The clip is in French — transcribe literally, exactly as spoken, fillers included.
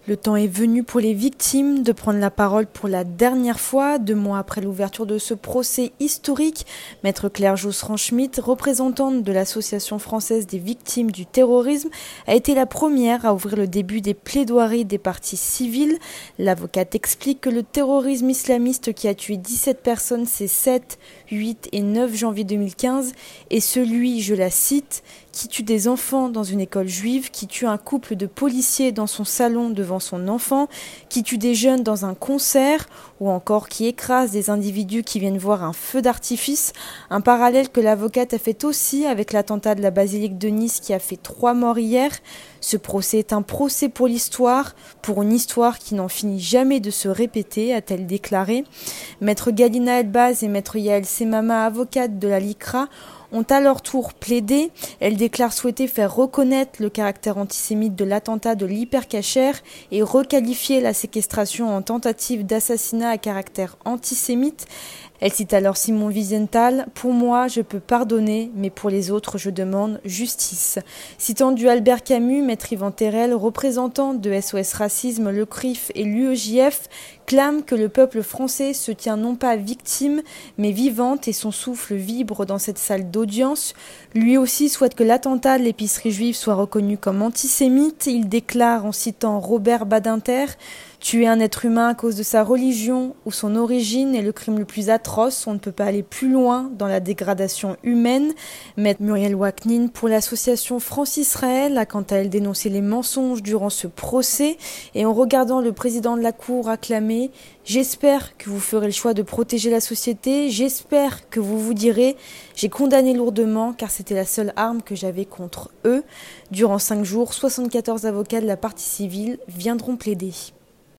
Le temps est venu pour les victimes de prendre la parole pour la dernière fois. Deux mois après l'ouverture de ce procès historique, Maître Claire Josserand-Schmitt, représentante de l'Association française des victimes du terrorisme, a été la première à ouvrir le début des plaidoiries des parties civiles. L'avocate explique que le terrorisme islamiste qui a tué dix-sept personnes ces sept, huit et neuf janvier deux mille quinze est celui, je la cite, qui tue des enfants dans une école juive, qui tue un couple de policiers dans son salon devant son enfant, qui tue des jeunes dans un concert, ou encore qui écrase des individus qui viennent voir un feu d'artifice, un parallèle que l'avocate a fait aussi avec l'attentat de la basilique de Nice qui a fait trois morts hier. Ce procès est un procès pour l'histoire, pour une histoire qui n'en finit jamais de se répéter, a-t-elle déclaré. Maître Galina Elbaz et Maître Yael Semama, avocate de la LICRA, ont à leur tour plaidé. Elle déclare souhaiter faire reconnaître le caractère antisémite de l'attentat de l'Hyper Cacher et requalifier la séquestration en tentative d'assassinat à caractère antisémite. Elle cite alors Simon Wiesenthal, « Pour moi, je peux pardonner, mais pour les autres, je demande justice ». Citant du Albert Camus, Maître Yvan Terrel, représentant de S O S Racisme, le C R I F et l'U E J F, clame que le peuple français se tient non pas victime, mais vivante et son souffle vibre dans cette salle d'audience. Lui aussi souhaite que l'attentat de l'épicerie juive soit reconnu comme antisémite. Il déclare en citant Robert Badinter « Tuer un être humain à cause de sa religion ou son origine est le crime le plus atroce. On ne peut pas aller plus loin dans la dégradation humaine. » Maître Muriel Waknin pour l'association France-Israël a quant à elle dénoncé les mensonges durant ce procès et en regardant le président de la Cour acclamer « J'espère que vous ferez le choix de protéger la société. J'espère que vous vous direz « J'ai condamné lourdement car c'était la seule arme que j'avais contre eux. » Durant cinq jours, soixante-quatorze avocats de la partie civile viendront plaider.